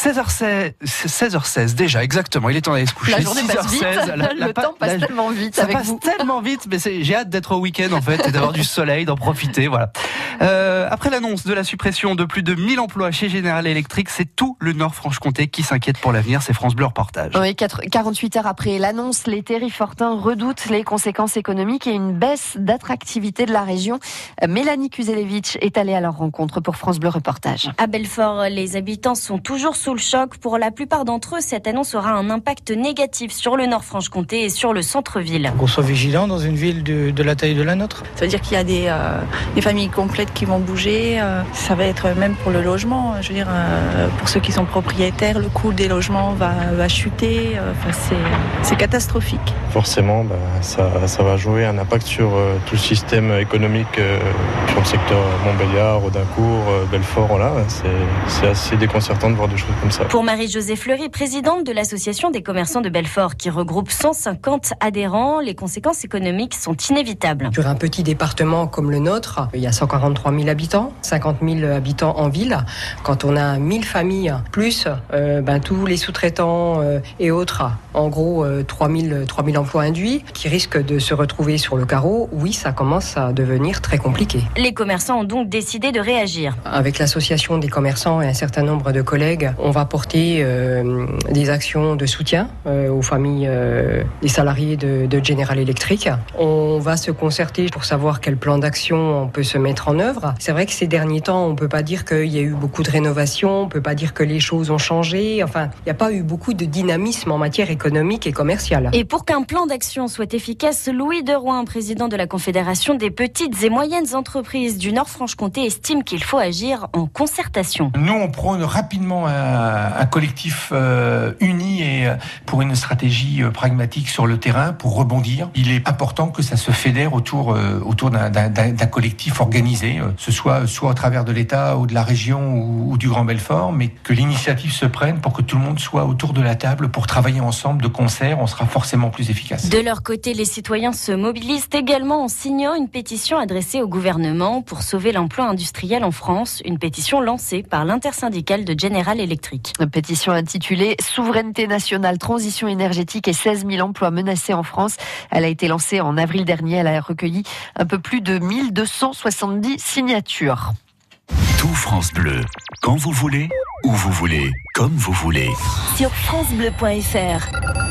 16h16 déjà, exactement. Il est temps d'aller se coucher. La journée passe vite, le temps passe tellement vite avec vous. Ça passe tellement vite, mais j'ai hâte d'être au week-end en fait et d'avoir du soleil, d'en profiter. Voilà. Après l'annonce de la suppression de plus de 1000 emplois chez General Electric, c'est tout le Nord-Franche-Comté qui s'inquiète pour l'avenir. C'est France Bleu reportage. Oui, 48 heures après l'annonce, les Terrifortains redoutent les conséquences économiques et une baisse d'attractivité de la région. Mélanie Kuzelevich est allée à leur rencontre pour France Bleu reportage. À Belfort, les habitants sont toujours sous le choc. Pour la plupart d'entre eux, cette annonce aura un impact négatif sur le Nord-Franche-Comté et sur le centre-ville. Qu'on soit vigilant dans une ville de la taille de la nôtre. Ça veut dire qu'il y a des familles complètes qui vont bouger. Ça va être même pour le logement. Je veux dire, pour ceux qui sont propriétaires, le coût des logements va chuter. C'est catastrophique. Forcément, ça va jouer un impact sur tout le système économique, sur le secteur Montbéliard, Audincourt, Belfort. Voilà, c'est assez déconcertant de voir des choses comme ça. Pour Marie-Josée Fleury, présidente de l'association des commerçants de Belfort, qui regroupe 150 adhérents, les conséquences économiques sont inévitables. Sur un petit département comme le nôtre, il y a 143 000 habitants, 50 000 habitants en ville. Quand on a 1000 familles, plus tous les sous-traitants et autres, en gros 3000 emplois induits, qui risquent de se retrouver sur le carreau, oui, ça commence à devenir très compliqué. Les commerçants ont donc décidé de réagir. Avec l'association des commerçants et un certain nombre de collègues, on va porter des actions de soutien aux familles des salariés de General Electric. On va se concerter pour savoir quel plan d'action on peut se mettre en œuvre. C'est vrai que ces derniers temps, on ne peut pas dire qu'il y a eu beaucoup de rénovations, on ne peut pas dire que les choses ont changé. Enfin, il n'y a pas eu beaucoup de dynamisme en matière économique et commerciale. Et pour qu'un plan d'action soit efficace, Louis Derouen, président de la Confédération des petites et moyennes entreprises du Nord-Franche-Comté, estime qu'il faut agir en concertation. Nous, on prône rapidement un collectif uni et pour une stratégie pragmatique sur le terrain pour rebondir. Il est important que ça se fédère autour d'un collectif organisé, ce soit au travers de l'État ou de la région ou du Grand Belfort, mais que l'initiative se prenne pour que tout le monde soit autour de la table pour travailler ensemble de concert. On sera forcément plus efficace. De leur côté, les citoyens se mobilisent également en signant une pétition adressée au gouvernement pour sauver l'emploi industriel en France, une pétition lancée par l'intersyndicale de General Electric. Une pétition intitulée « Souveraineté nationale, transition énergétique et 16 000 emplois menacés en France ». Elle a été lancée en avril dernier. Elle a recueilli un peu plus de 1270 signatures. Tout France Bleu, quand vous voulez, où vous voulez, comme vous voulez. Sur francebleu.fr.